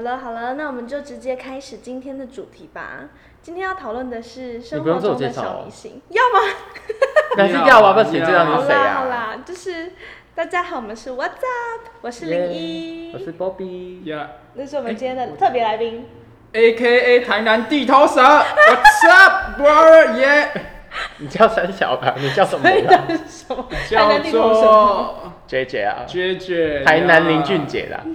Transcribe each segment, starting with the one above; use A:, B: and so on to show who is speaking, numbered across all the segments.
A: 了，那我们就直接开始今天的主题吧。今天要讨论的是生活中的小迷信，要吗？
B: 但是要啊，不然谁知道你是谁啊？
A: 好啦，就是大家好，我们是 What's Up， 我是01，
B: 我是 Bobby，
A: 那是我们今天的特别来宾
C: ，AKA 台南地头蛇 ，What's up, bro？ 耶！
B: 你叫三小吧？你叫什么？
A: 什么？台南地头蛇
B: JJ 啊
C: ，JJ，
B: 台南林俊杰啦。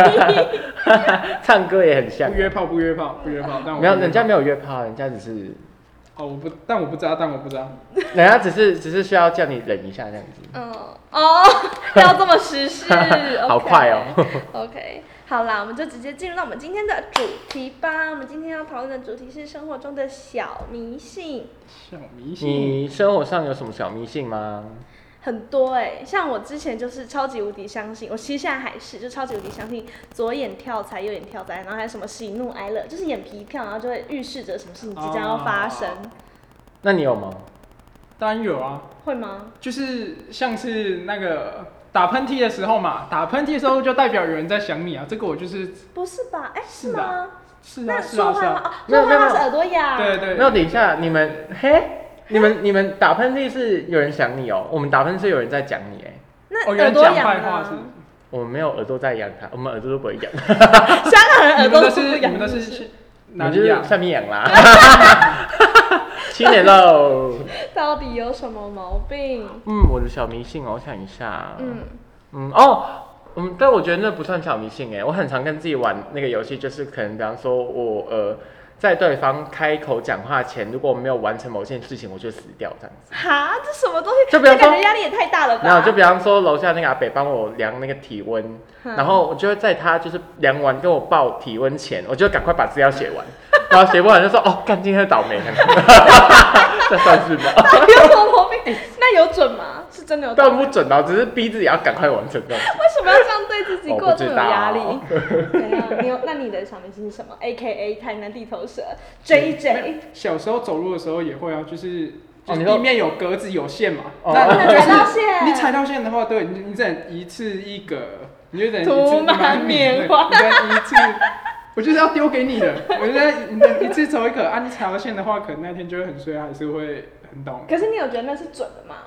B: 唱歌也很像。
C: 不约炮。但
B: 没有，人家没有约炮，人家只是。
C: 哦，但我不知道。
B: 人家只是需要叫你忍一下这样子。
A: 要这么实事
B: 好快哦。
A: OK， 好啦，我们就直接进入到我们今天的主题吧。我们今天要讨论的主题是生活中的小迷信。
B: 你生活上有什么小迷信吗？
A: 很多像我之前就是超级无敌相信，我其实现在还是就超级无敌相信左眼跳财右眼跳灾，然后还有什么喜怒哀乐，就是眼皮跳，然后就会预示着什么事情即将要发生。
B: 那你有吗？
C: 当然有啊。
A: 会吗？
C: 就是像是那个打喷嚏的时候嘛，打喷嚏的时候就代表有人在想你啊，这个我就是。
A: 不是吧？是吗？
C: 是啊。
A: 那说话吗？
B: 没有，
A: 是耳朵痒。
C: 对。
B: 没有，等一下，你们打喷嚏是有人想你哦，我们打喷嚏是有人在讲你
A: 那耳朵痒吗？
B: 我们没有耳朵在痒它，我们耳朵都不会痒。
A: 香港人耳朵都不痒。
B: 你们
C: 都是
B: 哪里痒？下面痒啦。7年喽。
A: 到底有什么毛病？
B: 我的小迷信哦，我想一下。但我觉得那不算小迷信我很常跟自己玩那个游戏，就是可能比方说我在对方开口讲话前，如果我没有完成某件事情，我就死掉这样子。
A: 哈，这什么东西？
B: 就比方说，
A: 感觉压力也太大了吧？
B: 没有，就比方说楼下那个阿北帮我量那个体温，然后我就会在他就是量完跟我报体温前，我就赶快把资料写完，然后写不完就说干今天倒霉了。这算是吗？
A: 有什么毛病？那有准吗？是真的有？
B: 当然不准啊，只是逼自己要赶快完成这样子。
A: 为什么要这样对自己过这么有压力？那你的小迷信是什么 ？AKA 台南地头蛇 JJ。
C: 小时候走路的时候也会啊，就是地面有格子有线嘛。
A: 那踩到线。
C: 你踩到线的话，对你只能一次一个，你就等
A: 涂满棉花。
C: 你一次。我就是要丢给你的，我觉得你一次走一个你踩到线的话，可能那天就会很衰，还是会很倒霉。
A: 可是你有觉得那是准的吗？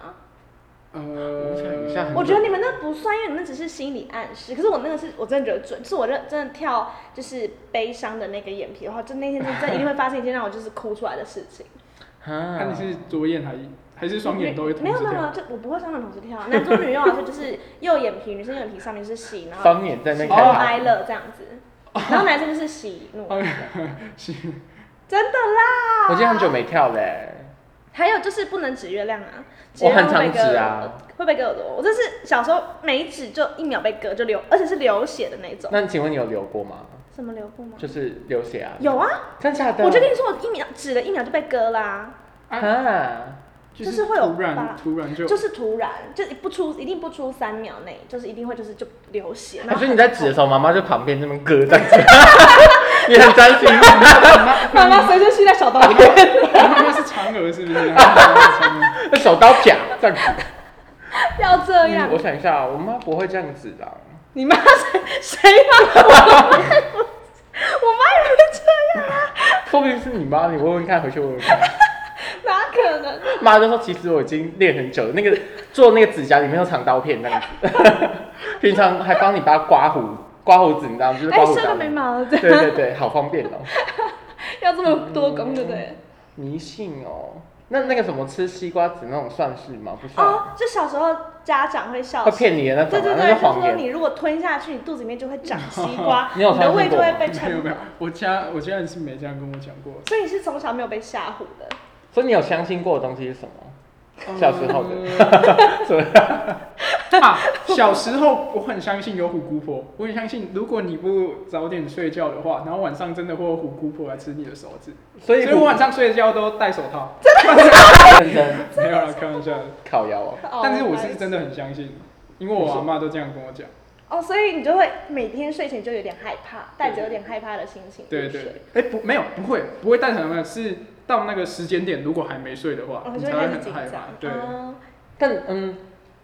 A: 我觉得你们那不算，因为你们那只是心理暗示。可是我那个是我真的觉得准，就是我真的跳就是悲伤的那个眼皮的话，就那天真的一定会发生一件让我就是哭出来的事情。
C: 那你是左眼还是双眼都会同时跳？
A: 没有，就我不会双眼同时跳。男左女右啊，就是右眼皮，女生右眼皮上面是喜，然后
B: 双眼在那
A: 个哀乐这样子。然后男生就是喜怒，真的啦！
B: 我已经很久没跳了
A: 还有就是不能指月亮啊，
B: 我很常指啊，
A: 会被割耳朵。我这是小时候每一指就1秒被割就流，而且是流血的那种。
B: 那请问你有流过吗？
A: 什么流过吗？
B: 就是流血啊。
A: 有啊，
B: 真的假的？
A: 我就跟你说，我指了1秒就被割啦。就是会有就是突然，就一定不出3秒内，就是一定会就流血。
B: 所以你在指的时候，妈妈就旁边这边割这样子，你很担心。
A: 妈妈随身携带小刀片。
C: 妈妈是嫦娥是不是？
B: 那手刀啪这样子。
A: 要这样？
B: 我想一下，我妈不会这样子的。
A: 你妈谁妈？我妈也会这样啊。
B: 说不定是你妈，你问问看，回去问问看。
A: 哪可能？
B: 妈就说其实我已经练很久了，做那个指甲里面有藏刀片那样子，平常还帮你把它刮胡子，你知道吗？就是刮胡子。
A: 设个眉毛。
B: 对，好方便哦。
A: 要这么多功，对不对？
B: 迷信哦，那个什么吃西瓜籽那种算是吗？不算。
A: 就小时候家长会笑，
B: 会骗你的那种，
A: 对，
B: 那是谎言。
A: 就说你如果吞下去，你肚子里面就会长西瓜，
B: 你的
A: 胃就会被撑。
C: 没有，我家人是没这样跟我讲过。
A: 所以你是从小没有被吓唬的。
B: 所以你有相信过的东西是什么？小时候的。
C: 小时候我很相信有虎姑婆，我很相信如果你不早点睡觉的话，然后晚上真的会有虎姑婆来吃你的手指，所以我晚上睡觉都戴手套。
B: 认真？
C: 没有啦，开玩笑的。
B: 靠腰哦。
C: 但是我是真的很相信，因为我阿嬷都这样跟我讲。
A: 所以你就会每天睡前就有点害怕，带着有点害怕的心情入睡。
C: 对，不会带着害怕，是到那个时间点，如果还没睡的话，你才会很害怕。对。
B: 但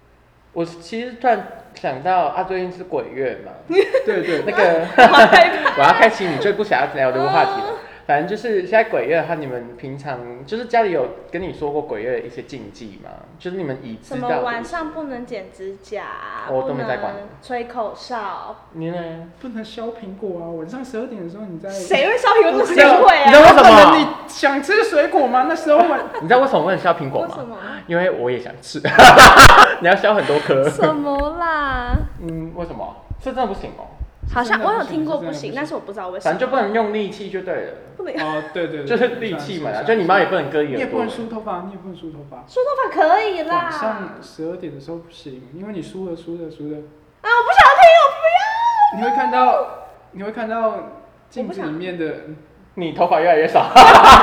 B: 我其实突然想到啊，最近是鬼月嘛，
C: 对对，
B: 那个我要开启你最不想要聊的话题了。反正就是现在鬼月，你们平常就是家里有跟你说过鬼月的一些禁忌吗？就是你们已知道的。
A: 什么晚上不能剪指甲，
B: 我都没在管。
A: 吹口哨。
B: 你呢？
C: 不能削苹果啊！晚上12点的时候你在。
A: 谁会削苹果？谁会啊？
B: 你知道为什么？
C: 你想吃水果吗？那时候
B: 你知道为什么不能削苹果吗？
A: 为什么？
B: 因为我也想吃。你要削很多颗。
A: 什么啦？
B: 为什么？是真的不行哦。
A: 好像我有听过不行，但是我不知道为什么。
B: 反正就不能用力气就对了。
A: 不能。
C: 哦，对对对，
B: 就是力气嘛，就你妈也不能割你耳朵。
C: 你也不能梳头发，你也不能梳头发。
A: 梳头发可以啦。
C: 晚上12点的时候不行，因为你梳了。啊，我不想
A: 听，我不
C: 要。你会看到镜子里面的
B: 你头发越来越少。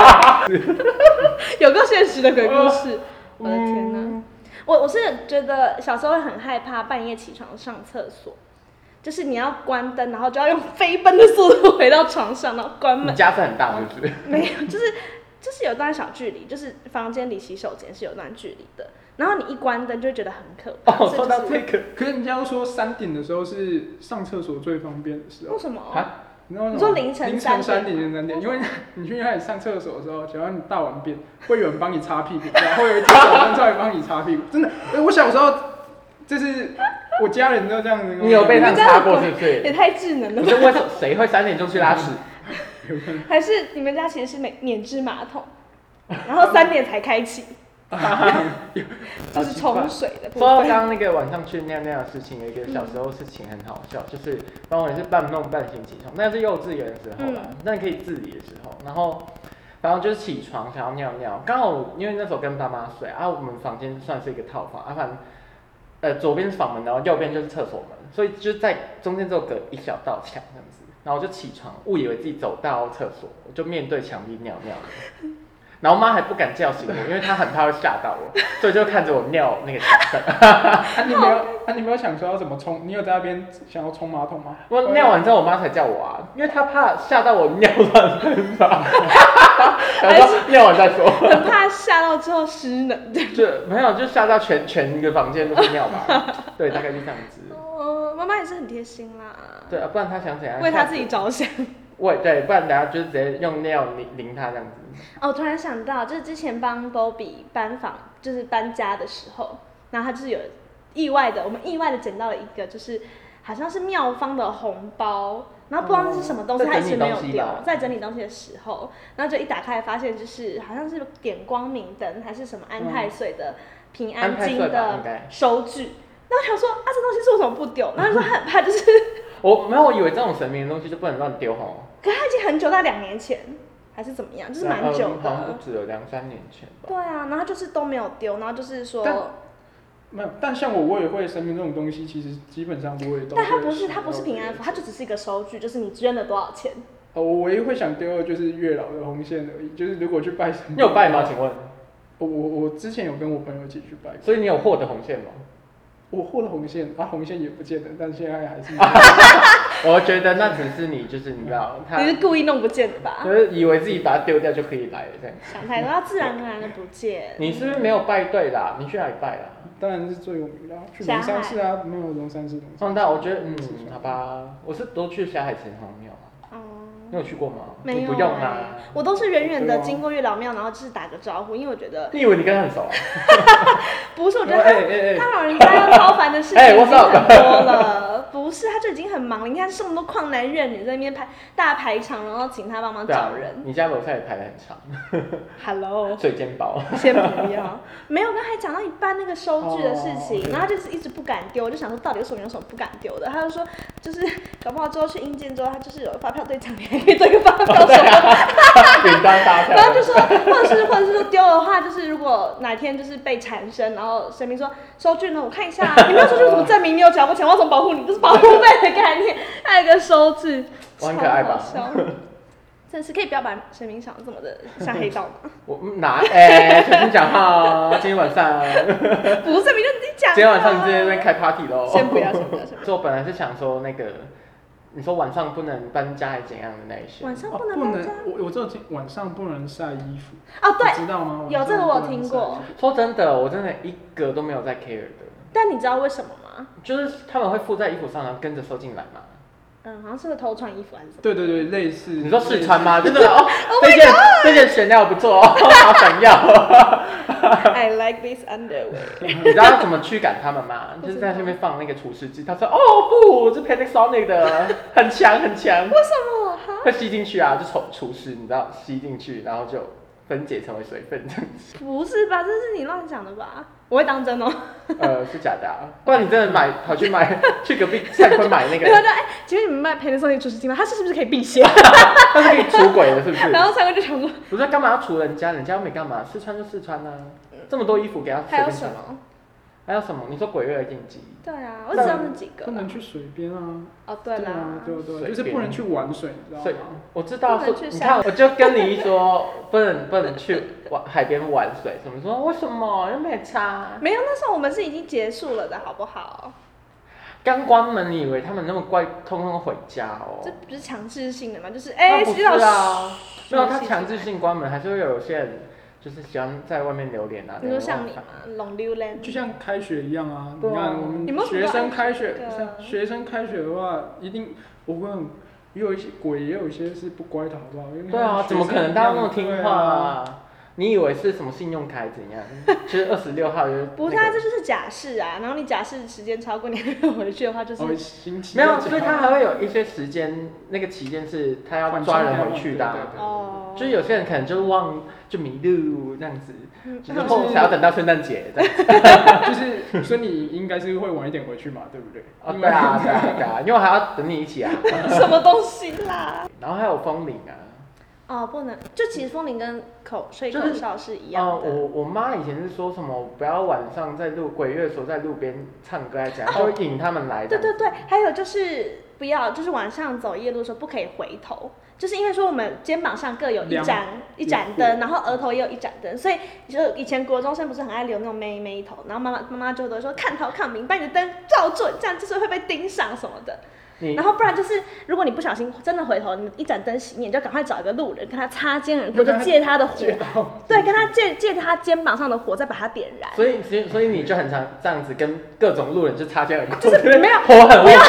A: 有个现实的鬼故事，我的天哪！我是觉得小时候会很害怕半夜起床上厕所。就是你要关灯，然后就要用飞奔的速度回到床上，然后关门。
B: 你家是很大，是不是？
A: 没有，就是有段小距离，就是房间离洗手间是有段距离的。然后你一关灯就会觉得很可怕。
B: 哦，说到这个，
C: 可是人家都说3点的时候是上厕所最方便的时候。
A: 为什么？
C: 你
A: 说凌晨
C: 3点，因为你去那里上厕所的时候，只要你大完便，会有人帮你擦屁股，然后会有一只手在帮你擦屁股。真的，我小时候就是我家人都这样子。
B: 你有被这样擦过是不是？
A: 也太智能了吧！
B: 你为什么谁会3点就去拉屎？
A: 还是你们家其实是免治马桶，然后3点才开启，就是冲水的部分。
B: 说到刚刚那个晚上去尿尿的事情，有一个小时候事情很好笑，就是帮我也是半梦半醒起床，那是幼稚园的时候啦，那你可以自理的时候，然后就是起床想要尿尿，刚好因为那时候跟爸妈睡啊，我们房间算是一个套房啊，反正左边是房门，然后右边就是厕所门，所以就在中间只有隔一小道墙这样子，然后我就起床，误以为自己走到厕所，我就面对墙壁尿尿。然后妈还不敢叫醒我，因为她很怕会吓到我，所以就看着我尿那个墙上。
C: 你没有想说要怎么冲？你有在那边想要冲马桶吗？
B: 我尿完之后，我妈才叫我啊，因为她怕吓到我尿乱喷吧。然后尿完再说。
A: 很怕吓到之后失能。
B: 就没有，就吓到全一个房间都是尿吧。对，大概就这样子。
A: 妈妈也是很贴心啦。
B: 对啊，不然她想怎样？
A: 为她自己着想。
B: 对，不然等下就直接用尿淋她这样子。
A: 哦，突然想到，就是之前帮 Bobby 就是搬家的时候，然后他就是有我们意外的捡到了一个，就是好像是妙方的红包，然后不知道那是什么东西，他一直没有丢，在整理东西的时候，然后就一打开发现就是好像是点光明灯还是什么安太岁的平安金的收据，然后想说啊，这东西是为什么不丢？然后他说很怕，就是
B: 我以为这种神明的东西就不能乱丢吼。
A: 可是他已经很久，在2年前。还是怎么样，就是蛮久的，
B: 好像不止有2-3年前吧。
A: 对啊，然后就是都没有丢，然后就是说，
C: 没有，但像我也会身边这种东西，其实基本上我也都。
A: 但它不是平安符，它就只是一个收据，就是你捐了多少钱。
C: 我唯一会想丢的就是月老的红线而已，就是如果去拜神。
B: 你有拜吗？请问？
C: 我之前有跟我朋友一起去拜。
B: 所以你有获得红线吗？
C: 我获得红线，红线也不见了，但现在还是。
B: 我觉得那只是你，就是你知道，
A: 你是故意弄不见的吧？
B: 就是以为自己把它丢掉就可以来了这样。
A: 想太多，它自然而然的不见。
B: 你是不是没有拜对啦？你去哪里拜啦？
C: 当然是最有名的，去龙山寺啊，没有龙山寺。
B: 我觉得好吧，我是都去霞海城隍庙。你有去过吗？
A: 没有，
B: 不用啊。
A: 我都是远远的经过月老庙，然后就是打个招呼，因为我觉得。
B: 你以为你跟他很熟啊？
A: 不是，我觉得他老人家要超烦的事情已经很多了。不是，他就已经很忙了。你看这么多旷男怨女在那边大排场，然后请他帮忙找人。
B: 你家楼下也排得很长。
A: Hello。
B: 水煎包。
A: 先不要。没有，刚才讲到一半那个收据的事情，然后他就是一直不敢丢，我就想说到底有什么不敢丢的？他就说，就是搞不好之后去阴间之后，他就是有发票兑奖，你还可以兑个发票什么。
B: 简单发票。
A: 然后就说，或者是说丢的话，就是如果哪天就是被缠身，然后神明说收据呢，我看一下，你没有收据有什么证明？你有缴过钱，我要怎么保护你？就是保护费的概念，还有一个收据，
B: 很可爱吧？
A: 真是可以不要把神明想的这么的像黑道吗？
B: 我小心讲话哦，今天晚上。
A: 不是，明就自己讲。
B: 今天晚上你在那边开 party 咯。
A: 先不要。所
B: 以我本来是想说那个，你说晚上不能搬家还是怎样的那一些？
A: 晚上不能搬家。
C: 我只有听晚上不能晒衣服。
A: 哦，对。
C: 你知道吗？
A: 有这个我听过。
B: 说真的，我真的一个都没有在 care 的。
A: 但你知道为什么吗？
B: 就是他们会附在衣服上，然后跟着收进来嘛。
A: 好像是会偷穿衣服还是什么？
C: 对对对，类似。
B: 你说试穿吗？就是哦，这件选料不错哦，好想要。
A: I like this underwear。
B: 你知道要怎么驱赶他们吗？就是在上面放那个除湿机，他说哦不，这 Panasonic 的，很强很强。
A: 为什么？
B: 会吸进去啊，就除湿，你知道吸进去，然后就分解成为水分这样子。
A: 不是吧？这是你乱讲的吧？我会当真哦。
B: 是假的啊，不然你真的跑去买，去隔壁灿坤买那个。
A: 没有就请问你们卖 Panasonic 除湿机吗？它是不是可以辟邪？
B: 它是可以除鬼的，是不是？
A: 然后灿坤就想说，
B: 不是干嘛要除人家？人家又没干嘛，试穿就试穿啊。这么多衣服给他随便穿。
A: 还有什么？
B: 还有什么？你说鬼月的禁忌？
A: 对啊，我只知道那几个。
C: 不能去水边啊。
A: 哦，对啦。
C: 对，就是不能去玩水，你知道吗？
B: 我知道，你看，我就跟你说，不能去海边玩水，怎么说？为什么？又没差。
A: 没有，那时候我们是已经结束了的，好不好？
B: 刚关门，你以为他们那么乖，通通回家哦？
A: 这不是强制性的吗？就是
B: 不是啊，没有，他强制性关门，还是会有些人就是喜欢在外面榴莲啊。
A: 你说像你吗？龙榴莲。
C: 就像开学一样啊，
B: 对啊，
C: 你看我们学生开学，学生开学的话，一定我问，也有一些鬼，也有一些是不乖的，好不好？
B: 对啊，怎么可能大家那么听话啊？你以为是什么信用卡怎样？就是26号就、
A: 不是啊，这就是假释啊。然后你假释时间超过，你还没有回去的话，就是
C: 没
B: 有，所以他还会有一些时间，那个期间是他要抓人回去的、啊。
A: 哦。
B: 就是有些人可能就就迷路这样子，就是才要等到圣诞节这样子。
C: 就是，所以你应该是会晚一点回去嘛，对不对？
B: 哦，对啊，因为我还要等你一起啊。
A: 什么东西啦？
B: 然后还有风铃啊。
A: 哦，不能，就其实风铃跟吹口哨是一样的。
B: 我妈以前是说什么不要晚上在鬼月的时候在路边唱歌，这样就会引他们来。
A: 对，还有就是不要，就是晚上走夜路的时候不可以回头，就是因为说我们肩膀上各有一盏灯，然后额头也有一盏灯，所以就以前国中生不是很爱留那种妹头，然后妈妈就都说看头看明，把你的灯照准，这样就是会被盯上什么的。然后不然就是，如果你不小心真的回头，你一盏灯熄灭，你就赶快找一个路人跟他擦肩而过，就借他的火，对，跟他借他肩膀上的火，再把它点燃。
B: 所以你就很常这样子跟各种路人就擦肩而过，
A: 就是没有
B: 火很旺。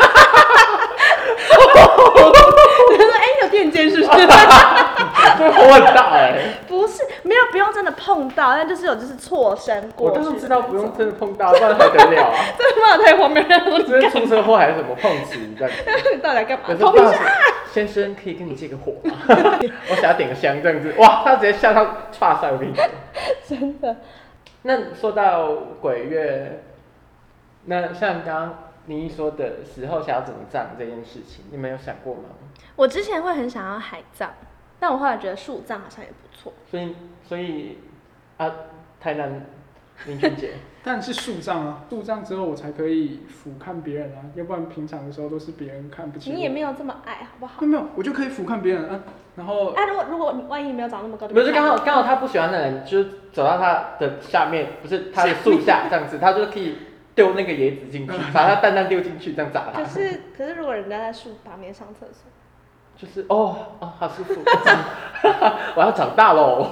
A: 他说：“有电键是不是？”
B: 对，火很大
A: 不是，没有，不用真的碰到，但就是错身过去。
B: 我当然知道不用真的碰到，不然还得了啊！
A: 这妈的太荒谬了！
B: 这是出车祸还是什么碰瓷？你
A: 到底在干嘛？
B: 碰一下。先生，可以跟你借个火吗？我想要点个香这样子。哇，他直接吓到岔赛，我跟你说。
A: 真的。
B: 那说到鬼月，那像刚刚你说的时候想要怎么葬这件事情，你们有想过吗？
A: 我之前会很想要海葬，但我后来觉得树葬好像也不错。
B: 所以啊，台南林俊杰，
C: 但是树葬啊，树葬之后我才可以俯瞰别人啊，要不然平常的时候都是别人看不起我。
A: 你也没有这么矮，好不好？
C: 没有，我就可以俯瞰别人啊。然后
A: 如果你万一没有长那么高，
B: 不是刚好他不喜欢的人，就是走到他的下面，不是他的树下这样子，他就可以丢那个椰子进去，把他蛋丢进去，这样砸他。
A: 可是如果人家在树旁边上厕所，
B: 就是好舒服，我要长大喽。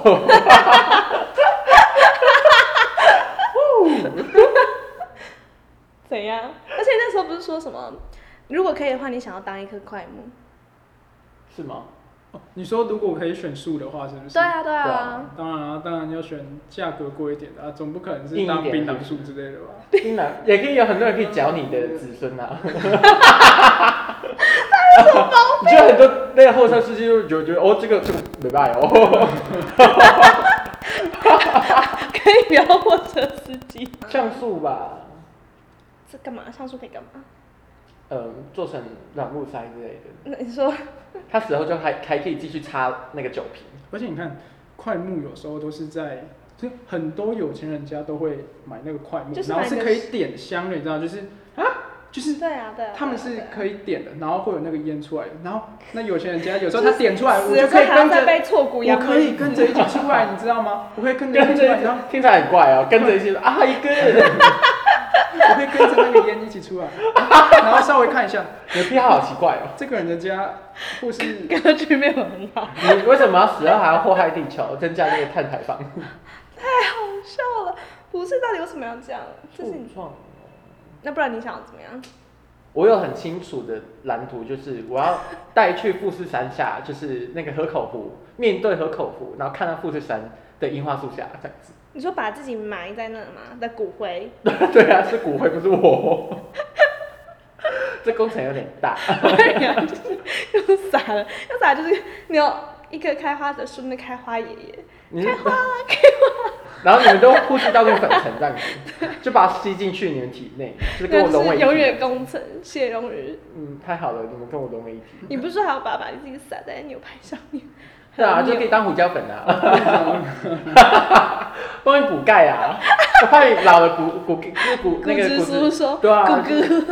A: 怎样？而且那时候不是说什么，如果可以的话，你想要当一棵快木，
B: 是吗？
C: 你说如果可以选树的话，是不是？
A: 对啊。
C: 当然要选价格贵一点的啊，总不可能是当槟榔树之类的吧？
B: 槟榔也可以有很多人可以嚼你的子孙啊。你就很多那个后车司机就觉得这个没办法哦。
A: 可以不要货车司机。
B: 像素吧。
A: 这干嘛？像素可以干嘛？
B: 做成软木塞之类的。
A: 那你说？
B: 他死后就还可以继续插那个酒瓶。
C: 而且你看，快木有时候都是在，就很多有钱人家都会买那个快木，然后是可以点香的，你知道，就是
A: 对啊，
C: 他们是可以点的，然后会有那个烟出来的，然后那有钱人家有时候他点出来，我就可以跟着，我可以跟着一起出来，你知道吗？我可以跟着一起出来，然后
B: 听起来很怪哦，跟着一起说啊一个人。
C: 我可以跟着那个烟一起出来，然后稍微看一下。
B: 你的癖好好奇怪哦。
C: 这个人的家或是
A: 格局没有很好。
B: 你为什么要死后还要祸害地球，增加那个碳排放？
A: 太好笑了！不是，到底为什么要这样？这是你
B: 创
A: 那不然你想要怎么样？
B: 我有很清楚的蓝图，就是我要带去富士山下，就是那个河口湖，面对河口湖，然后看到富士山的樱花树下这样子。
A: 你说把自己埋在那吗？的骨灰？
B: 对啊，是骨灰，不是我。这工程有点大。
A: 对呀，就是又傻了，又傻就是你有一棵开花的树，那开花爷爷，开花啊，开花。
B: 然后你们都呼吸到那个粉尘这样子，就把它吸进去你们体内，就是跟我融为一体。
A: 永远工程，谢荣宇。
B: 太好了，你们跟我融为一体。
A: 你不是说还要把你自己撒在牛排上面？
B: 对啊，就可以当胡椒粉啊，帮你补钙啊。我怕你老了骨那个骨质
A: 疏
B: 对啊，
A: 骨骼。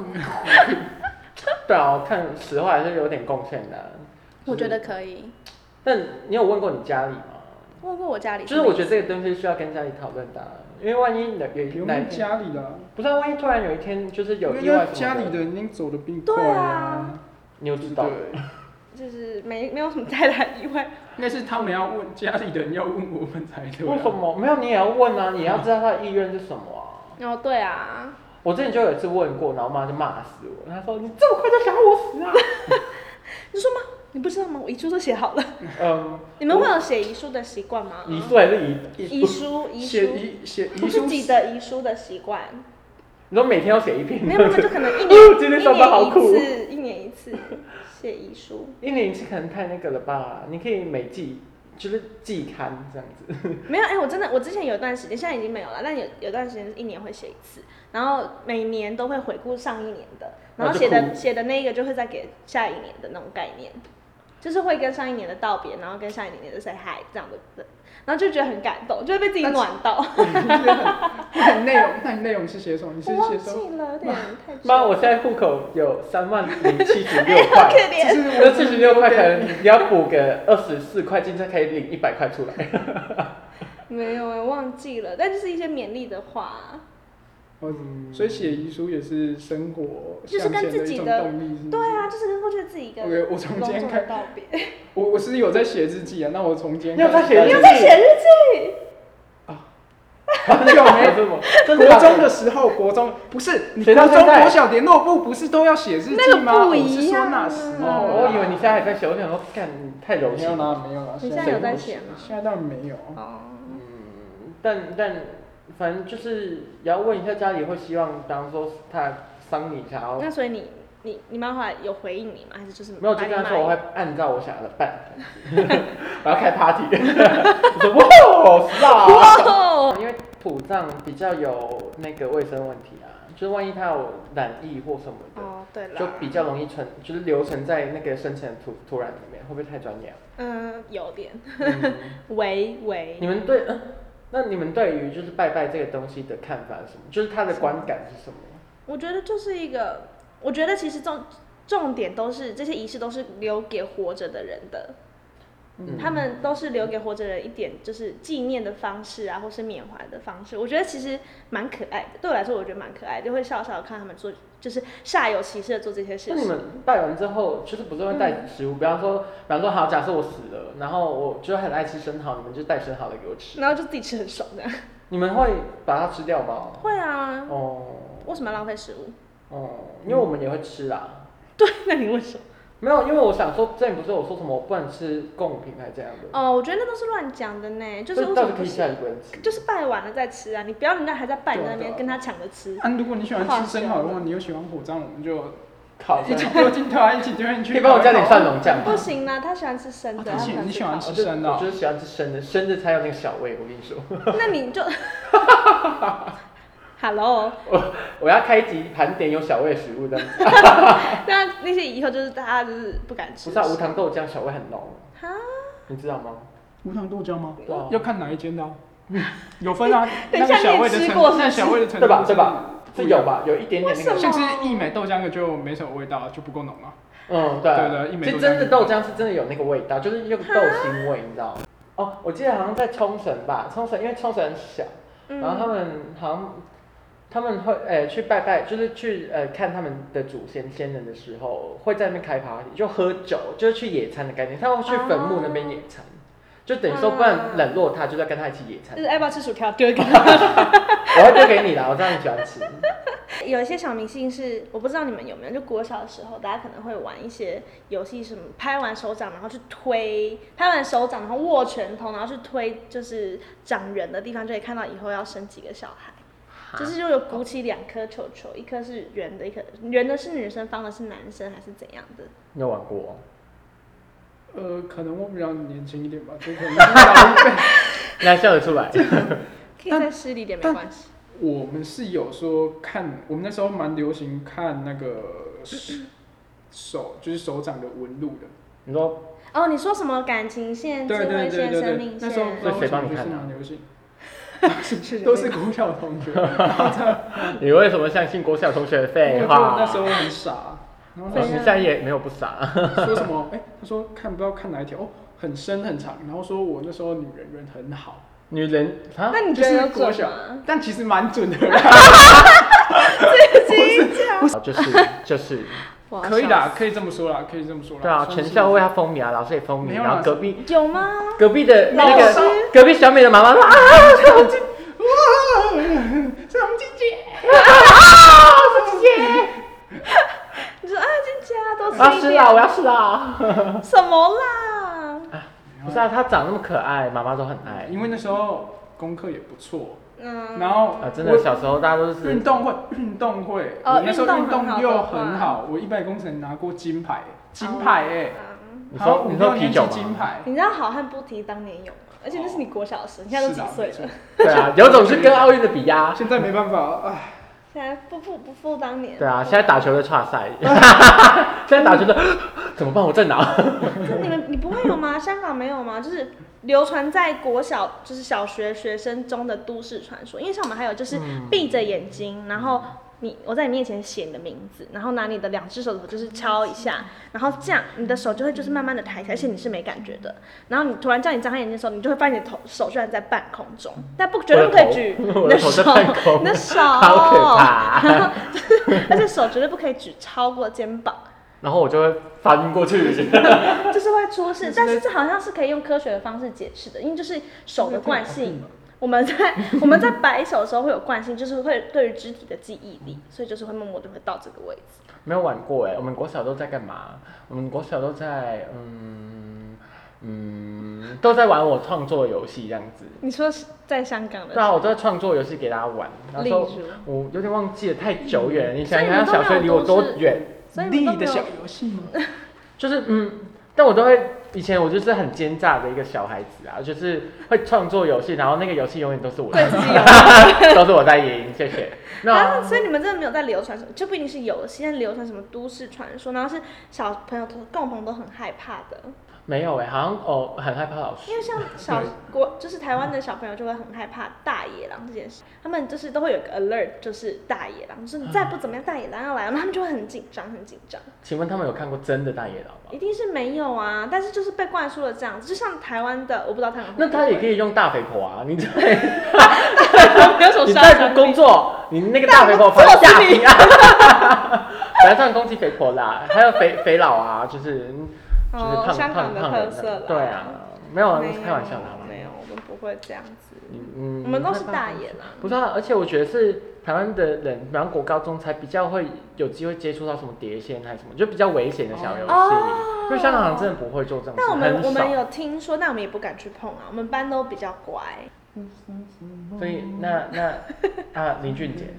B: 对啊，我看实话还是有点贡献的。
A: 我觉得可以。
B: 但你有问过你家里吗？
A: 问过我家里。
B: 就是我觉得这个东西需要跟家里讨论的，因为万一有一天
C: 家里的，
B: 不是万一突然有一天就是有意外什么的，
C: 家里的人已经走得比你快啊。
B: 你有知道？
A: 就是没有什么太大意外。
C: 应该是他们要问家里的人要问我们才对。
B: 为什么？没有，你也要问啊，你要知道他的意愿是什么啊。
A: 哦，对啊。
B: 我之前就有一次问过，然后我妈就骂死我，她说：“你这么快就想我死啊？”
A: 你说吗？你不知道吗？我遗书都写好了。
B: 嗯。
A: 你们会有写遗书的习惯吗？
B: 遗书还是
A: 遗书？
C: 写遗书
A: 自己的遗书的习惯。
B: 你说每天要写一篇？
A: 没有，就可能
B: 今天上班好苦。
A: 一年一次写遗书。
B: 一年一次可能太那个了吧？你可以每季就是季刊这样子。
A: 没有，我之前有一段时间，现在已经没有了，但有段时间是一年会写一次，然后每年都会回顾上一年的，然后写的那一个就会再给下一年的那种概念，就是会跟上一年的道别，然后跟下一年的 say hi 这样的，然后就觉得很感动，就会被自己暖到。
C: 那你内容是写什么？你是写什么？
A: 我忘记了，有点太久。
B: 妈，我现在户口有30,076块，
A: 可怜。
B: 那76块可能你要补个24块进，才可以领100块出来。
A: 没有忘记了，但就是一些勉励的话。
C: 所以写遗书也是生活
A: 就是跟自己的
C: 动力，
A: 对啊，就是跟过去自己一个
C: 我从今天开始
A: 道别。
C: 我是有在写日记啊，那我从今天
B: 你有在写日
A: 记
C: 啊？很久没。国中的时候，不是你国中国小联络部不是都要写日记吗？
A: 那个不一样。
C: 我是说那时候。
B: 我以为你现在还在写，我想说，干太柔情
C: 了。没有啦。
A: 你现在有在写吗？
C: 现在当然没有。
B: 但反正就是也要问一下家里会希望，比方说他伤你才要。
A: 那所以你妈后来有回应你吗？还是就是
B: 没有？就跟他说我会按照我想要的办，我要开 party。我说哇，是啊，因为土葬比较有那个卫生问题啊，就是万一他有染疫或什么的，
A: 对啦，
B: 就比较容易就是留存在那个深层的土壤里面，会不会太专业？
A: 有点。喂。
B: 那你们对于就是拜拜这个东西的看法是什么？就是它的观感是什么？
A: 我觉得就是我觉得其实重点都是这些仪式都是留给活着的人的，他们都是留给活着人一点就是纪念的方式啊，或是缅怀的方式。我觉得其实蛮可爱的，对我来说我觉得蛮可爱的，就会笑笑看他们做，就是煞有其事的做这些事情。
B: 那你们拜完之后，就是不是会带食物？比方说好，假设我死了，然后我就很爱吃生蚝，你们就带生蚝来给我吃，
A: 然后就自己吃很爽的。
B: 你们会把它吃掉吗？
A: 会啊。为什么要浪费食物？
B: 因为我们也会吃啦。
A: 对，那你为什么？
B: 没有，因为我想说，之前不是有说什么我不能吃贡品还这样的。
A: 我觉得那都是乱讲的呢，就是为什么不行？就是拜完了再吃啊，你不要人家还在拜你那边跟他抢着吃。
C: 如果你喜欢吃生蚝的话，你又喜欢火葬，我们就
B: 烤
C: 一起丢进去，一起丢进去。
B: 可以帮我加点蒜蓉酱吗？
A: 不行啦，他喜欢吃生的。
C: 你喜欢吃生的？
B: 我就是喜欢吃生的，生的才有那个小味。我跟你说。
A: 那你就。Hello，
B: 我要开一集盘点有小味的食物的。
A: 那些以后就是大家就是不敢吃。
B: 不是啊，无糖豆浆小味很浓。你知道吗？
C: 无糖豆浆吗？
B: 对啊。
C: 要看哪一间的。有分啊，
A: 那个小味的程度，
C: 那小味的程
B: 度对吧？是有吧，有一点点那个。
C: 像是益美豆浆的就没什么味道，就不够浓啊。
B: 对。
C: 益美豆浆。
B: 其实真的豆浆是真的有那个味道，就是有豆腥味，你知道吗？我记得好像在冲绳吧，因为冲绳很小，然后他们好像。他们会去拜拜，就是去看他们的祖先先人的时候，会在那边开 party， 就喝酒，就是去野餐的概念。他们会去坟墓那边野餐，就等于说不然冷落他，就要跟他一起野餐。
A: 就是要不要吃薯条丢给他？
B: 我会丢给你啦，我知道你喜欢吃。
A: 有一些小迷信是我不知道你们有没有，就国小的时候，大家可能会玩一些游戏，什么拍完手掌然后去推，拍完手掌然后握拳头，然后去推，就是长人的地方，就可以看到以后要生几个小孩。就是就有鼓起2颗球球，一颗是圆的，一颗圆的是女生，方的是男生，还是怎样的？
B: 你有玩过？
C: 可能我比较年轻一点吧，就可能是老一辈。
B: 那笑得出来。
A: 可以再失礼点没关系。
C: 我们是有说看，我们那时候蛮流行看那个手，就是手掌的纹路的。
B: 你说？
A: 哦，你说什么感情线、智慧线、生命线？
C: 那时候
B: 是谁帮你看的？
C: 蛮流行。都是国小同学。
B: 你为什么相信国小同学的废话？
C: 那时候很傻。
B: 你现在也没有不傻。
C: 说什么？他说不知道看哪一条，很深很长，然后说我那时候女人很好。
B: 女人啊？
A: 那你觉得
C: 国小？但其实蛮准的。
A: 自己讲。
B: 就是。
C: 可以啦，可以这么说啦。对
B: 啊，全校为他风靡啊，老师也风靡，然后隔壁
A: 有吗？
B: 隔壁的那个隔壁小美的妈妈说啊，
C: 是我姐姐，
B: 是姐姐。
A: 你说啊，姐姐啊，多吃一点。
B: 我要吃啦，我要吃啦。
A: 什么啦？
B: 不是啊，她长那么可爱，妈妈都很爱。
C: 因为那时候功课也不错。然后
B: 真的小时候大家都是
C: 运动会，我那时候运动又很好，我100公尺拿过金牌
B: 你说啤酒
C: 金牌？
A: 你知道好汉不提当年勇吗？而且那是你国小的时，你现在都几岁了？
B: 对啊，有种是跟奥运的比呀。
C: 现在没办法，唉。
A: 现在不复当年。
B: 对啊，现在打球的差赛，现在打球的怎么办？我在哪？
A: 你不会有吗？香港没有吗？就是流传在国小，就是小学学生中的都市传说。因为像我们还有就是闭着眼睛，然后我在你面前写你的名字，然后拿你的2只手指头就是敲一下，然后这样你的手就会就是慢慢的抬起来，而且你是没感觉的。然后你突然叫你张开眼睛的时候，你就会发现你的手居然在半空中，但绝对不可以举你的手，你的手，
B: 好可怕。
A: 而且手绝对不可以举超过肩膀。
B: 然后我就会翻晕过去，
A: 就是会出事。但是这好像是可以用科学的方式解释的，因为就是手的惯性。我们在摆手的时候会有惯性，就是会对于肢体的记忆力，所以就是会默默的会到这个位置。
B: 没有玩过我们国小都在干嘛？我们国小都在都在玩我创作游戏这样子。
A: 你说在香港的？
B: 对啊，我都在创作游戏给大家玩。然后我有点忘记了，太久远了。你想想小学离我多远？
C: 力的小游戏吗？
B: 就是但我都会。以前我就是很奸诈的一个小孩子啊，就是会创作游戏，然后那个游戏永远都是我在赢，都是我在赢，谢谢。
A: 所以你们真的没有在流传什么，就不一定是游戏，但流传什么都市传说，然后是小朋友共同都很害怕的。
B: 没有好像很害怕老师。
A: 因为像就是台湾的小朋友就会很害怕大野狼这件事，他们就是都会有一个 alert， 就是大野狼，就是你再不怎么样，大野狼要来了，然后他们就会很紧张。
B: 请问他们有看过真的大野狼吗？
A: 一定是没有啊，但是就是被灌输了这样子，就像台湾的，我不知道台湾。
B: 那他也可以用大肥婆啊，你在
A: 你
B: 在工作，你那个大肥婆跑下皮啊，来上攻击肥婆啦，还有肥佬啊，就是胖
A: 香港的特色啦。
B: 对啊，没有开玩笑的好吗？
A: 没有，我们不会这样子。我们都是大野狼。
B: 不是啊，而且我觉得是台湾的人，比方国高中才比较会有机会接触到什么碟仙还是什么，就比较危险的小游戏。因为香港人真的不会做这种事。
A: 但我们有听说，但我们也不敢去碰啊。我们班都比较乖。
B: 所以那林俊杰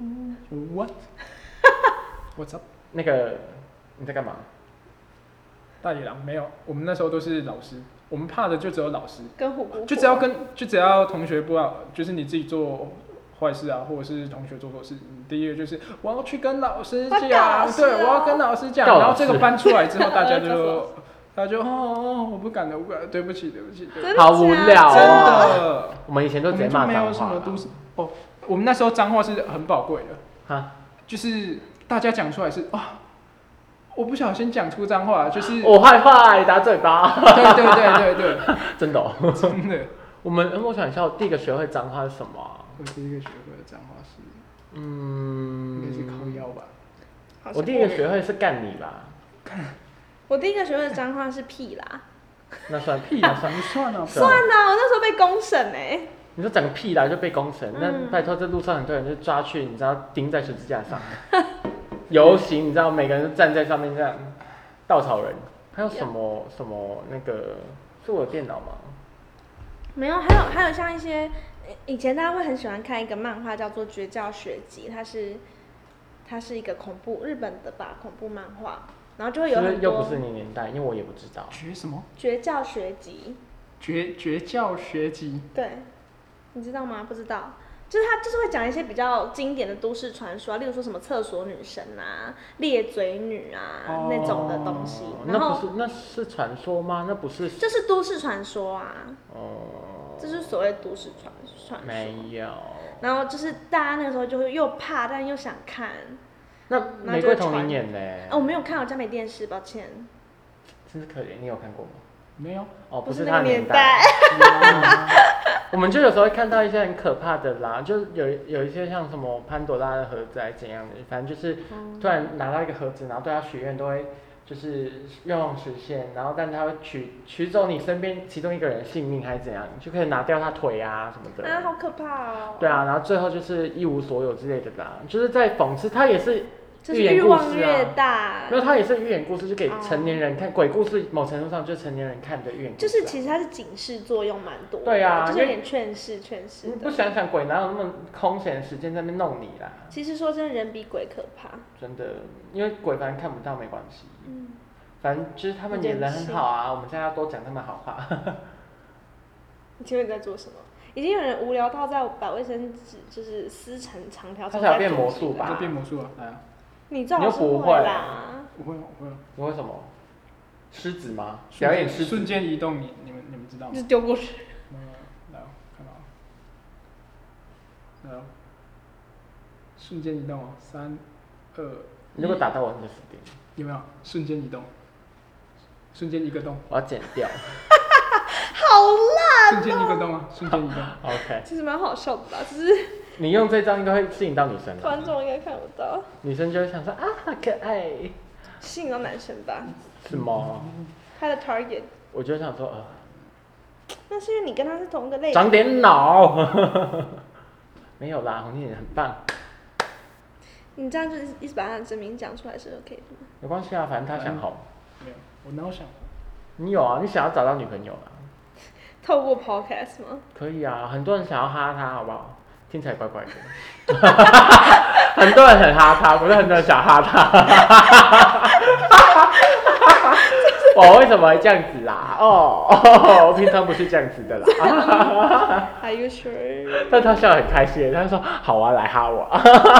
C: What's up？
B: 那个你在干嘛？
C: 大野狼没有，我们那时候都是老师，我们怕的就只有老师，
A: 跟虎姑婆，
C: 就只要同学不要，就是你自己做坏事啊，或者是同学做错事，第一个就是我要去跟老师讲，对，我要跟老师讲，然后这个搬出来之后，大家就我不敢了，对不起，
B: 好无聊
C: 真的。
B: 我们以前都直接骂脏话。
C: 没有什么都市哦，我们那时候脏话是很宝贵的，
B: 哈，
C: 就是大家讲出来是我不小心讲出脏话，就是
B: 我坏打嘴巴。
C: 对，
B: 真的
C: 真的。
B: 我想一下，我第一个学会脏话是什么啊？
C: 我第一个学会的脏话是，应该是靠腰吧。
B: 我第一个学会是干你吧。
A: 我第一个学会的脏话是屁啦。
B: 那算屁啊？算
C: 算啊。
A: 算啊，我那时候被公审
B: 你说整个屁来就被公审，那拜托这路上很多人就抓去，你知道钉在十字架上，游行，你知道每个人都站在上面这样，稻草人。还有什么那个是我的电脑吗？
A: 没有，还有像一些以前大家会很喜欢看一个漫画叫做《绝教学籍》，它是一个日本的恐怖漫画，然后就会有很多。
B: 又不是你年代，因为我也不知道。
C: 什么？
A: 绝教学籍。
C: 绝教学籍。
A: 对，你知道吗？不知道。就是他就是会讲一些比较经典的都市传说啊，例如说什么厕所女神啊、裂嘴女啊、那种的东西。然后
B: 那是传说吗？那不是。
A: 就是都市传说啊。这是所谓都市传说。
B: 没有。
A: 然后就是大家那个时候就会又怕，但又想看。
B: 那玫瑰童林演的。
A: 我没有看，我家没电视，抱歉。
B: 真是可怜，你有看过吗？
C: 没有。
A: 不是
B: 他
A: 年代。
B: 我们就有时候会看到一些很可怕的啦，就有一些像什么潘多拉的盒子还是怎样的，反正就是突然拿到一个盒子，然后对他许愿都会就是愿望实现，然后但他会取走你身边其中一个人的性命还是怎样，就可以拿掉他腿啊什么的。
A: 啊，好可怕哦。
B: 对啊，然后最后就是一无所有之类的啦，就是在讽刺他也是。
A: 就是欲望越大，
B: 没有，它也是寓言故事，就给成年人看。鬼故事某程度上就是成年人看的寓言故事。
A: 就是其实它是警示作用蛮多的。
B: 对啊，
A: 就是有点劝世的。
B: 你不想想鬼哪有那么空闲的时间在那边弄你啦？
A: 其实说真的，人比鬼可怕。
B: 真的，因为鬼反正看不到没关系。反正就是他们也人很好啊，我们现在要多讲他们好话。
A: 你请问你在做什么？已经有人无聊到在把卫生纸就是撕成长条。
B: 他想变魔术吧？
C: 变魔术啊！来啊！
A: 你最好是不会啦。
C: 我会。
B: 你会什么？狮子吗？表演狮子。
C: 瞬间移动，你们知道吗？
A: 就是丢过去。
C: 来，看到。来，瞬间移动哦，3、2。
B: 如果打到我，你就死定了。
C: 有没有？瞬间移动。瞬间一个洞。
B: 我要剪掉。
A: 好烂。
C: 瞬间一个洞啊！瞬间移动。
B: OK。
A: 其实蛮好笑的吧，只是。
B: 你用这张应该会吸引到女生。
A: 观众应该看不到。
B: 女生就会想说啊，好可爱。
A: 吸引到男生吧？
B: 是吗？
A: 他的 target。
B: 我就想说
A: 那是因为你跟他是同一个类型。
B: 长点脑。没有啦，红姐很棒。
A: 你这样就是一直把他的真名讲出来是 OK 的吗？
B: 没关系啊，反正他想好。
C: 没有，我哪有想？你
B: 有啊，你想要找到女朋友啊？
A: 透过 podcast 吗？
B: 可以啊，很多人想要哈他，好不好？听起来怪怪的。很多人很哈他，不是很多人想哈他。我为什么会这样子啦？我平常不是这样子的啦。
A: Are you sure？
B: 但他笑得很开心，他说：“好啊，来哈我。”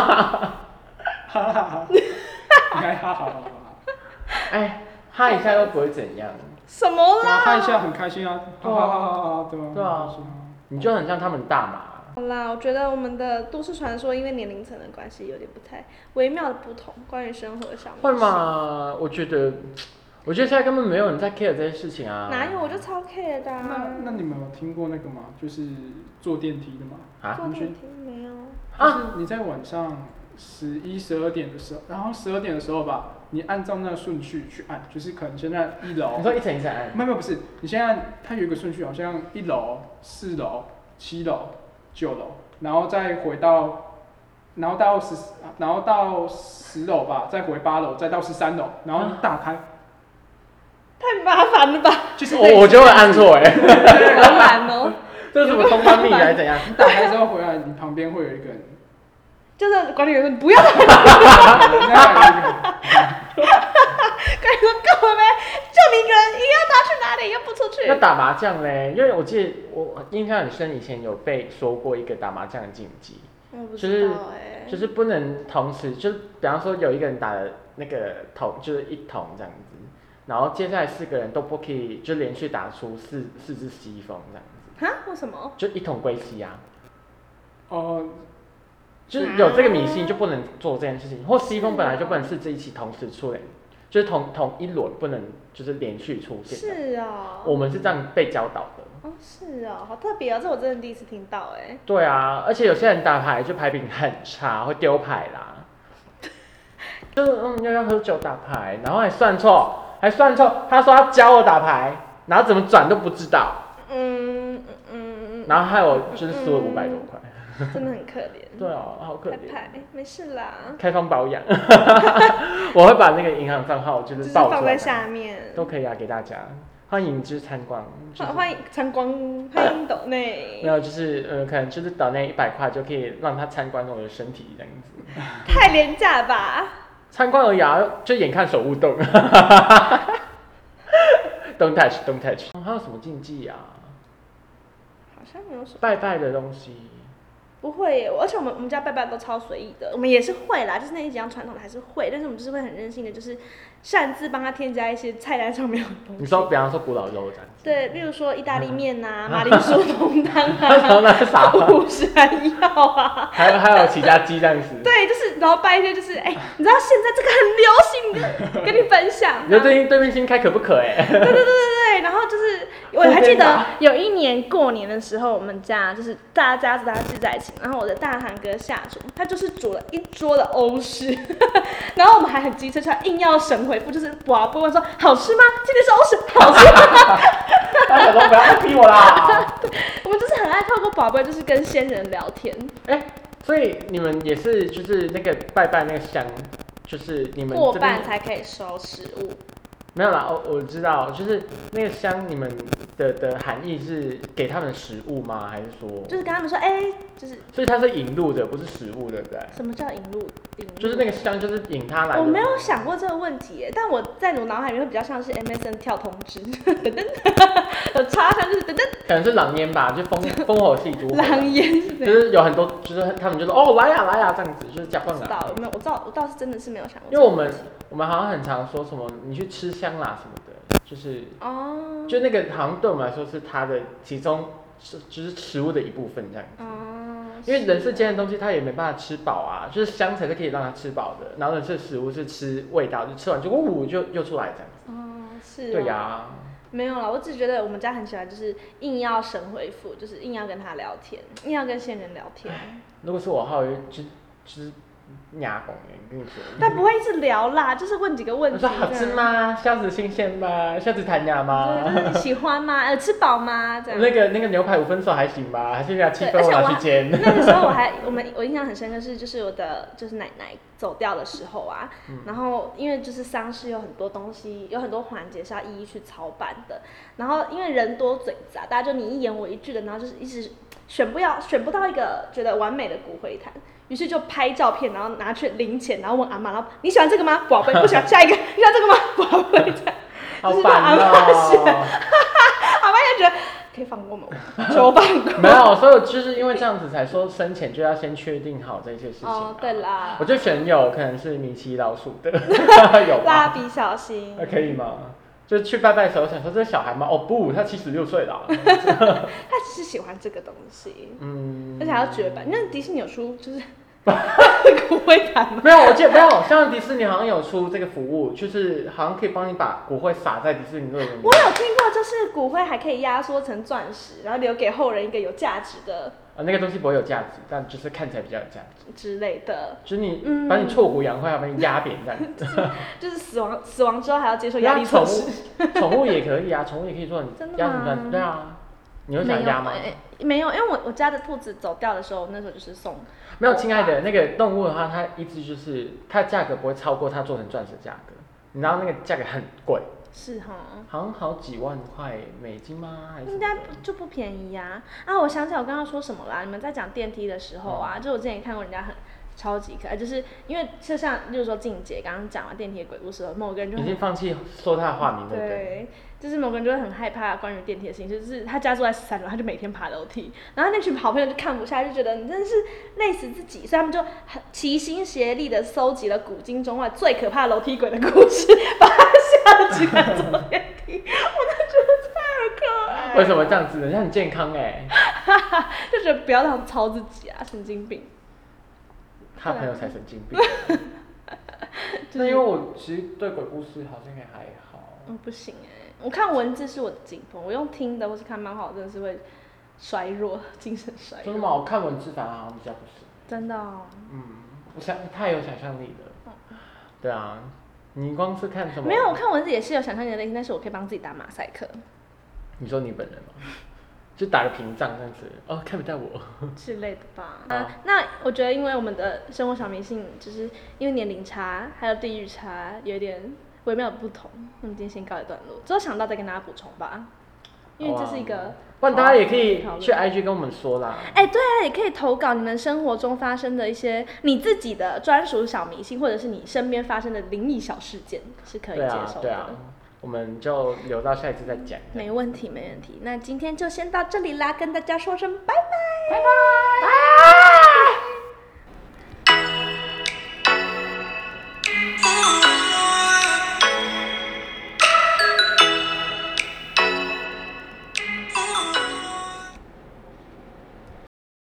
C: 应该哈好。
B: 哎，哈一下又不会怎样。
A: 什么啦？
C: 哈一下很开心啊！哈，
B: 对啊，你就很像他们大马。
A: 好啦，我觉得我们的都市传说因为年龄层的关系有点不太微妙的不同，关于生活上面。
B: 会吗？我觉得现在根本没有人在 care 这些事情啊。
A: 哪有？我就超 care 的啊。
C: 那你们有听过那个吗？就是坐电梯的吗？
A: 坐电梯没有。
C: 就是你在晚上11、12点的时候，然后12点的时候吧，你按照那个顺序去按，就是可能现在1楼。
B: 你说一层一层按？
C: 没有不是，你现在它有一个顺序，好像1楼、4楼、7楼、9楼，然后再回到，然后到10楼吧，再回8楼，再到13楼，然后你打开。
A: 太麻烦了吧？
C: 就是
B: 我就会按错
A: 好难哦。
B: 这是什么通关密语还是怎样？
C: 你打开之后回来，你旁边会有一个人。
A: 就是管理员说你不要。管理员说够了没？就你一个人，硬要他去哪里又不出去。
B: 那打麻将嘞？因为我记得我印象很深，以前有被说过一个打麻将的禁忌，就是不能同时，就是比方说有一个人打的那个筒就是1筒这样子。然后接下来4个人都不可以就连续打出四只西风这样子。
A: 哈？为什么？
B: 就一统归西啊。
C: 就是
B: 有这个迷信就不能做这件事情，或西风本来就不能4只一起同时出来，就是同一轮不能就是连续出现。
A: 是啊。
B: 我们是这样被教导的。
A: 是啊，好特别啊，这我真的第一次听到哎。
B: 对啊，而且有些人打牌就牌品很差，会丢牌啦。就是要喝酒打牌，然后还算错。他说他教我打牌，然后怎么转都不知道。 然后还有就是输了500多块。
A: 真的很可怜。
B: 对啊，好可怜。
A: 没事啦。
B: 开放保养，我会把那个银行账号就是报出来，
A: 放在下面，
B: 都可以啊，给大家欢迎就是参观，
A: 欢迎参观，欢迎抖内。
B: 没有，就是可能就是抖内100块就可以让他参观我的身体这样子。
A: 太廉价了吧？
B: 参观而已啊，就眼看手勿动。Don't touch, don't touch。还有什么禁忌啊？
A: 好像没有什么。
B: 拜拜的东西。
A: 不会耶，而且我们家拜拜都超随意的，我们也是会啦，就是那几样传统的还是会，但是我们就是会很任性的，就是擅自帮他添加一些菜单上面的东西。
B: 你说，比方说古老肉这样子。
A: 对，比如说意大利面啊、马铃薯浓汤啊、五山药啊，
B: 还有起家鸡这样子。
A: 对，就是然后拜一些就是你知道现在这个很流行的，跟你分享。
B: 你说最近对面新开可不可
A: 对，然后就是我还记得有一年过年的时候，我们家就是大家聚在一起。然后我的大堂哥下厨，他就是煮了一桌的欧式，然后我们还很机车，他硬要神回复，就是不问说好吃吗？今天是欧式，好吃吗？
B: 大家都不要逼我啦！
A: 我们就是很爱透过宝贝，就是跟先人聊天。
B: 所以你们也是就是那个拜拜那个香，就是你们
A: 过半才可以收食物。
B: 没有啦，我知道，就是那个香，你们的含义是给他们食物吗？还是说？
A: 就是跟他们说，就是。
B: 所以它是引路的，不是食物，对不对？
A: 什么叫引路？
B: 就是那个香，就是引他来的。
A: 我没有想过这个问题耶，但我在我脑海里面会比较像是 MSN 跳通知，等等，有插上就是等等。
B: 可能是狼烟吧，就烽火戏诸侯。
A: 狼烟
B: 就是有很多，就是他们就说哦来呀这样子，就是假扮
A: 啊。没有，我倒是真的是没有想过。
B: 因为我们好像很常说什么你去吃香啦什么的，就是就那个好像对我们来说是它的其中就是食物的一部分这样子。因为人世间的东西它也没办法吃饱啊，就是香才是可以让它吃饱的，然后人世食物是吃味道，就吃完就就又出来这样子。
A: 是。对
B: 呀。
A: 没有啦，我只觉得我们家很喜欢，就是硬要神回复，就是硬要跟他聊天，硬要跟先人聊天。
B: 如果是我的话，我就是哑公跟你说。
A: 但不会一直聊啦，就是问几个问题。
B: 我说好吃吗？虾子新鲜吗？虾子弹牙吗？
A: 对，就是喜欢吗？吃饱吗？这样。
B: 那个牛排5分熟还行吧？还是要7分我拿去煎。
A: 那个时候我印象很深刻是，就是我的就是奶奶走掉的时候啊，然后因为就是丧事有很多东西，有很多环节是要一一去操办的，然后因为人多嘴杂，大家就你一言我一句的，然后就是一直选不到一个觉得完美的骨灰坛。于是就拍照片，然后拿去零钱，然后问阿嬷，然后你喜欢这个吗？宝贝，不喜欢，下一个，你喜欢这个吗？宝贝，
B: 好烦
A: 阿嬷选，阿嬷也觉得可以放过我们，求放过。
B: 没有，所以我就是因为这样子才说生前就要先确定好这些事情。
A: 对啦。
B: 我就选有可能是米奇老鼠的，有
A: 蜡笔小新。
B: 可以吗？就去拜拜的时候想说这是小孩吗？不，他76岁了。
A: 他只是喜欢这个东西，而且还要绝版。那迪士尼有出就是骨灰坛吗？
B: 没有，我记得没有。像迪士尼好像有出这个服务，就是好像可以帮你把骨灰撒在迪士尼乐园里面。
A: 我有听过，就是骨灰还可以压缩成钻石，然后留给后人一个有价值的。
B: 那个东西不会有价值，但就是看起来比较有价值
A: 之类的。
B: 就是你把你挫骨扬灰，把你压扁这样子。
A: 就是死亡之后还要接受压力测试。
B: 宠物也可以啊，宠物也可以做。
A: 真的吗？
B: 压什么？对啊。你会想压吗？
A: 没有，因为我家的兔子走掉的时候，那时候就是送。
B: 没有，亲爱的，那个动物的话，它一直就是它的价格不会超过它做成钻石价格，你知道那个价格很贵。
A: 是哈。
B: 好像好几万块美金吗？还是
A: 应该就不便宜呀。我想起来我刚刚说什么啦？你们在讲电梯的时候啊，就我之前也看过人家很超级可爱，就是因为就像例如说静姐刚刚讲完电梯的鬼故事，某个人就
B: 已经放弃说他的化名，对不
A: 对？就是某个人就会很害怕关于电梯的事情，就是他家住在13楼，他就每天爬楼梯，然后那群好朋友就看不下去，就觉得你真的是累死自己，所以他们就齐心协力的搜集了古今中外最可怕的楼梯鬼的故事，把它下起来坐电梯，我都觉得太可爱。
B: 为什么这样子？人家很健康
A: 就觉得不要让操自己啊，神经病。
B: 他朋友才神经病。那因为我其实对鬼故事好像也还好。
A: 不行我看文字是我的紧绷，我用听的或是看漫画，我真的是会衰弱，精神衰弱。
B: 真的吗？我看文字反而好像比较不行。
A: 真的哦。
B: 我太有想象力了。对啊，你光是看什么？
A: 没有，我看文字也是有想象力的类型，但是我可以帮自己打马赛克。
B: 你说你本人吗？ 就打个屏障这样子，哦，看不到我
A: 之类的吧。那我觉得，因为我们的生活小迷信，就是因为年龄差还有地域差，有点微妙的不同。我们今天先告一段落，之后想到再跟大家补充吧。因为这是一个，
B: 不然大家也可以去 IG 跟我们说啦。
A: 对啊，也可以投稿你们生活中发生的一些你自己的专属小迷信，或者是你身边发生的灵异小事件，是可以接受的。
B: 对啊，我们就留到下一次再讲。
A: 没问题，没问题。那今天就先到这里啦，跟大家说声拜拜，
B: 拜拜。